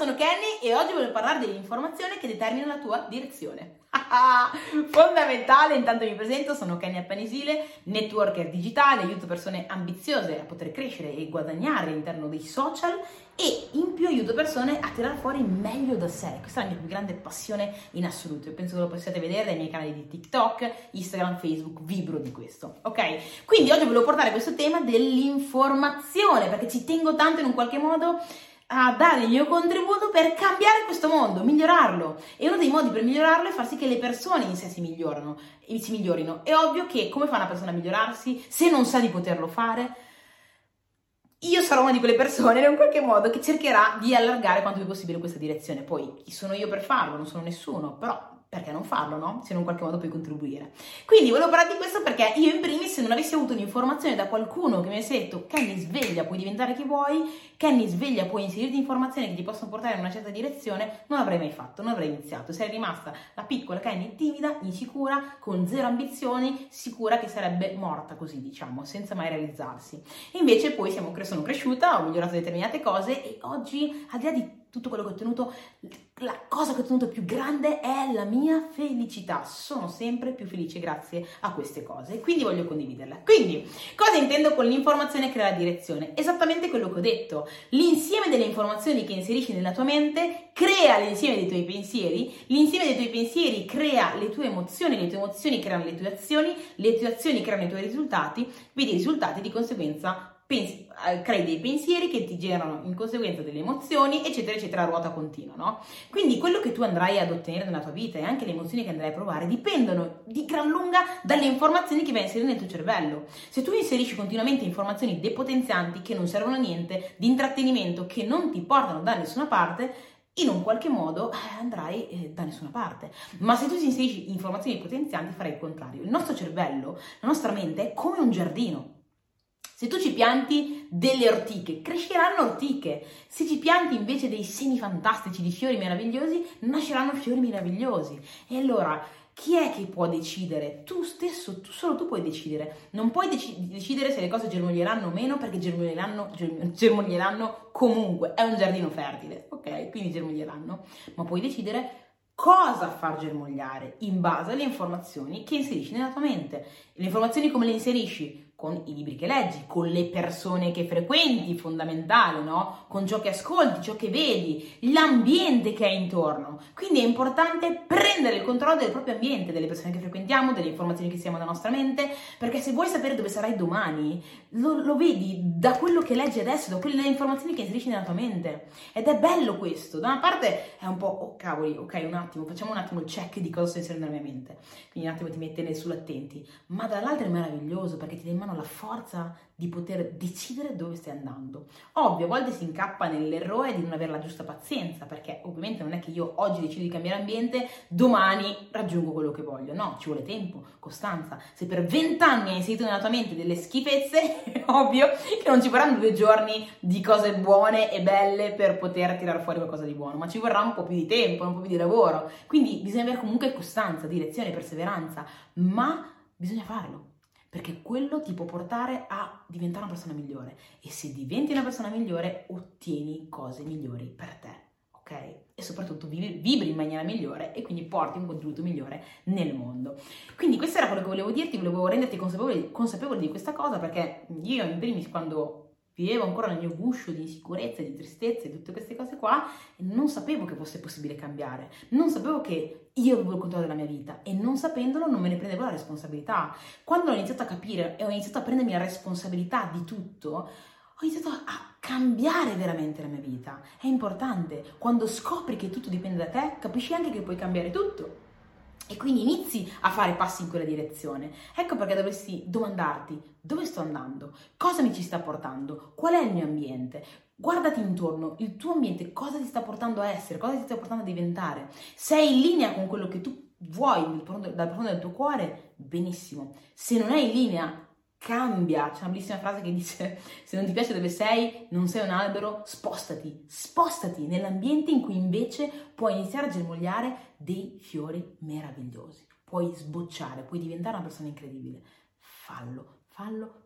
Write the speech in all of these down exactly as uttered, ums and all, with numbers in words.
sono Kenny e oggi voglio parlare dell'informazione che determina la tua direzione. Fondamentale, intanto mi presento, sono Kenny Appanisile, networker digitale, aiuto persone ambiziose a poter crescere e guadagnare all'interno dei social e in più aiuto persone a tirare fuori meglio da sé. Questa è la mia più grande passione in assoluto e penso che lo possiate vedere dai miei canali di TikTok, Instagram, Facebook, vibro di questo, ok? Quindi oggi volevo portare questo tema dell'informazione perché ci tengo tanto in un qualche modo a dare il mio contributo per cambiare questo mondo, migliorarlo. E uno dei modi per migliorarlo è far sì che le persone in sé si migliorano, si migliorino. È ovvio che come fa una persona a migliorarsi se non sa di poterlo fare? Io sarò una di quelle persone in un qualche modo che cercherà di allargare quanto più possibile questa direzione. Poi chi sono io per farlo? Non sono nessuno, però perché non farlo, no? Se in un qualche modo puoi contribuire. Quindi volevo parlare di questo perché io in primis, se non avessi avuto un'informazione da qualcuno che mi avesse detto Kenny sveglia, puoi diventare chi vuoi, Kenny sveglia, puoi inserirti informazioni che ti possono portare in una certa direzione, non l'avrei mai fatto, non avrei iniziato. Sarei rimasta la piccola Kenny timida, insicura, con zero ambizioni, sicura che sarebbe morta così, diciamo, senza mai realizzarsi. E invece poi siamo, sono cresciuta, ho migliorato determinate cose e oggi, al di là di tutto quello che ho ottenuto, la cosa che ho ottenuto più grande è la mia felicità. Sono sempre più felice grazie a queste cose, quindi voglio condividerla. Quindi, cosa intendo con l'informazione che crea la direzione? Esattamente quello che ho detto. L'insieme delle informazioni che inserisci nella tua mente crea l'insieme dei tuoi pensieri, l'insieme dei tuoi pensieri crea le tue emozioni, le tue emozioni creano le tue azioni, le tue azioni creano i tuoi risultati, vedi i risultati, di conseguenza Pensi, crei dei pensieri che ti generano in conseguenza delle emozioni, eccetera, eccetera, a ruota continua, no? Quindi quello che tu andrai ad ottenere nella tua vita e anche le emozioni che andrai a provare dipendono di gran lunga dalle informazioni che vai a inserire nel tuo cervello. Se tu inserisci continuamente informazioni depotenzianti che non servono a niente, di intrattenimento, che non ti portano da nessuna parte, in un qualche modo eh, andrai eh, da nessuna parte. Ma se tu inserisci informazioni potenzianti farai il contrario. Il nostro cervello, la nostra mente è come un giardino. Se tu ci pianti delle ortiche, cresceranno ortiche. Se ci pianti invece dei semi fantastici di fiori meravigliosi, nasceranno fiori meravigliosi. E allora, chi è che può decidere? Tu stesso, tu, solo tu puoi decidere. Non puoi dec- decidere se le cose germoglieranno o meno, perché germoglieranno, germ- germoglieranno comunque. È un giardino fertile, ok? Quindi germoglieranno. Ma puoi decidere cosa far germogliare in base alle informazioni che inserisci nella tua mente. Le informazioni come le inserisci? Con i libri che leggi, con le persone che frequenti, fondamentale, no? Con ciò che ascolti, ciò che vedi, l'ambiente che è intorno. Quindi è importante prendere il controllo del proprio ambiente, delle persone che frequentiamo, delle informazioni che siamo nella nostra mente, perché se vuoi sapere dove sarai domani, lo, lo vedi da quello che leggi adesso, da quelle informazioni che inserisci nella tua mente. Ed è bello questo. Da una parte è un po', oh cavoli, ok, un attimo, facciamo un attimo il check di cosa sto inserendo nella mia mente. Quindi un attimo ti mette nel sull'attenti. Ma dall'altra è meraviglioso perché ti dà in mano la forza di poter decidere dove stai andando. Ovvio, a volte si incappa nell'errore di non avere la giusta pazienza, perché ovviamente non è che io oggi decido di cambiare ambiente, domani raggiungo quello che voglio. No, ci vuole tempo, costanza. Se per vent'anni hai inserito nella tua mente delle schifezze, è ovvio che non ci vorranno due giorni di cose buone e belle per poter tirare fuori qualcosa di buono, ma ci vorrà un po' più di tempo, un po' più di lavoro. Quindi bisogna avere comunque costanza, direzione, perseveranza, ma bisogna farlo. Perché quello ti può portare a diventare una persona migliore e se diventi una persona migliore ottieni cose migliori per te, ok? E soprattutto vibri in maniera migliore e quindi porti un contributo migliore nel mondo. Quindi questo era quello che volevo dirti, volevo renderti consapevoli, consapevoli di questa cosa perché io in primis quando vivevo ancora nel mio guscio di insicurezza, di tristezza e tutte queste cose qua e non sapevo che fosse possibile cambiare, non sapevo che io avevo il controllo della mia vita e non sapendolo non me ne prendevo la responsabilità. Quando ho iniziato a capire e ho iniziato a prendermi la responsabilità di tutto, ho iniziato a cambiare veramente la mia vita. È importante, quando scopri che tutto dipende da te, capisci anche che puoi cambiare tutto. E quindi inizi a fare passi in quella direzione. Ecco perché dovresti domandarti dove sto andando, cosa mi ci sta portando, qual è il mio ambiente. Guardati intorno, il tuo ambiente cosa ti sta portando a essere, cosa ti sta portando a diventare. Sei in linea con quello che tu vuoi dal profondo, dal profondo del tuo cuore, benissimo. Se non è in linea, cambia. C'è una bellissima frase che dice: se non ti piace dove sei, non sei un albero, spostati, spostati nell'ambiente in cui invece puoi iniziare a germogliare dei fiori meravigliosi, puoi sbocciare, puoi diventare una persona incredibile. Fallo, fallo,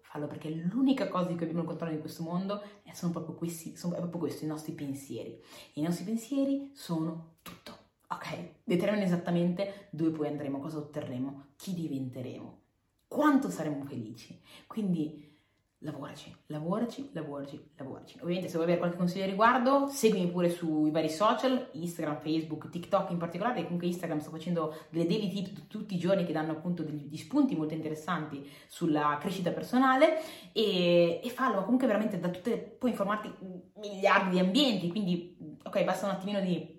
fallo, perché l'unica cosa di cui abbiamo il controllo in questo mondo è, sono proprio questi, sono proprio questi, i nostri pensieri. E i nostri pensieri sono tutto, ok? Determinano esattamente dove poi andremo, cosa otterremo, chi diventeremo, quanto saremo felici. Quindi lavoraci, lavoraci, lavoraci, lavoraci. Ovviamente se vuoi avere qualche consiglio a riguardo, seguimi pure sui vari social, Instagram, Facebook, TikTok in particolare. Comunque Instagram sto facendo delle daily tip tutti i giorni che danno appunto degli spunti molto interessanti sulla crescita personale, e, e fallo comunque veramente da tutte, puoi informarti in miliardi di ambienti, quindi ok, basta un attimino di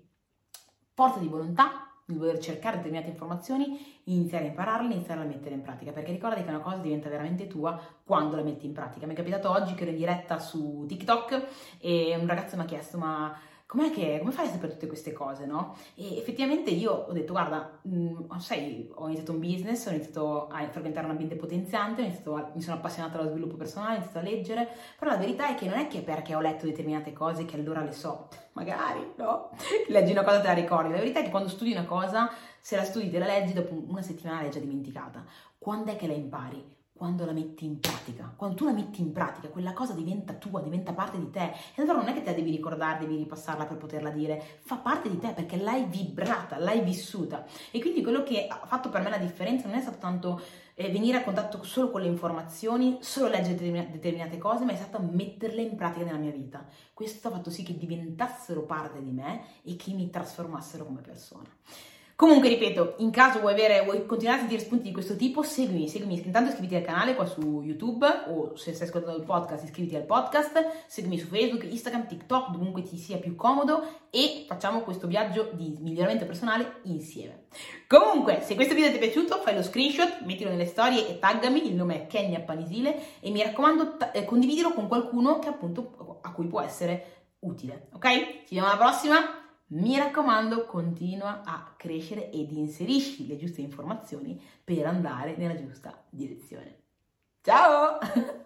forza di volontà, di voler cercare determinate informazioni, iniziare a impararle, iniziare a mettere in pratica, perché ricordati che una cosa diventa veramente tua quando la metti in pratica. Mi è capitato oggi che ero in diretta su TikTok e un ragazzo mi ha chiesto: ma com'è che, come fai a sapere tutte queste cose, no? E effettivamente io ho detto: guarda, mh, sai, ho iniziato un business, ho iniziato a frequentare un ambiente potenziante, ho iniziato a, mi sono appassionata allo sviluppo personale, ho iniziato a leggere, però la verità è che non è che perché ho letto determinate cose che allora le so, magari, no? Leggi una cosa, te la ricordi. La verità è che quando studi una cosa, se la studi, te la leggi, dopo una settimana l'hai già dimenticata. Quando è che la impari? Quando la metti in pratica. Quando tu la metti in pratica, quella cosa diventa tua, diventa parte di te. E allora non è che te la devi ricordare, devi ripassarla per poterla dire. Fa parte di te perché l'hai vibrata, l'hai vissuta. E quindi quello che ha fatto per me la differenza non è stato tanto eh, venire a contatto solo con le informazioni, solo leggere determinate cose, ma è stato metterle in pratica nella mia vita. Questo ha fatto sì che diventassero parte di me e che mi trasformassero come persona. Comunque, ripeto, in caso vuoi, avere, vuoi continuare a sentire spunti di questo tipo, seguimi, seguimi, intanto iscriviti al canale qua su YouTube, o se stai ascoltando il podcast iscriviti al podcast, seguimi su Facebook, Instagram, TikTok, dovunque ti sia più comodo, e facciamo questo viaggio di miglioramento personale insieme. Comunque, se questo video ti è piaciuto, fai lo screenshot, mettilo nelle storie e taggami, il nome è Kenya Panisile, e mi raccomando t- eh, condividilo con qualcuno che appunto a cui può essere utile, ok? Ci vediamo alla prossima! Mi raccomando, continua a crescere ed inserisci le giuste informazioni per andare nella giusta direzione. Ciao!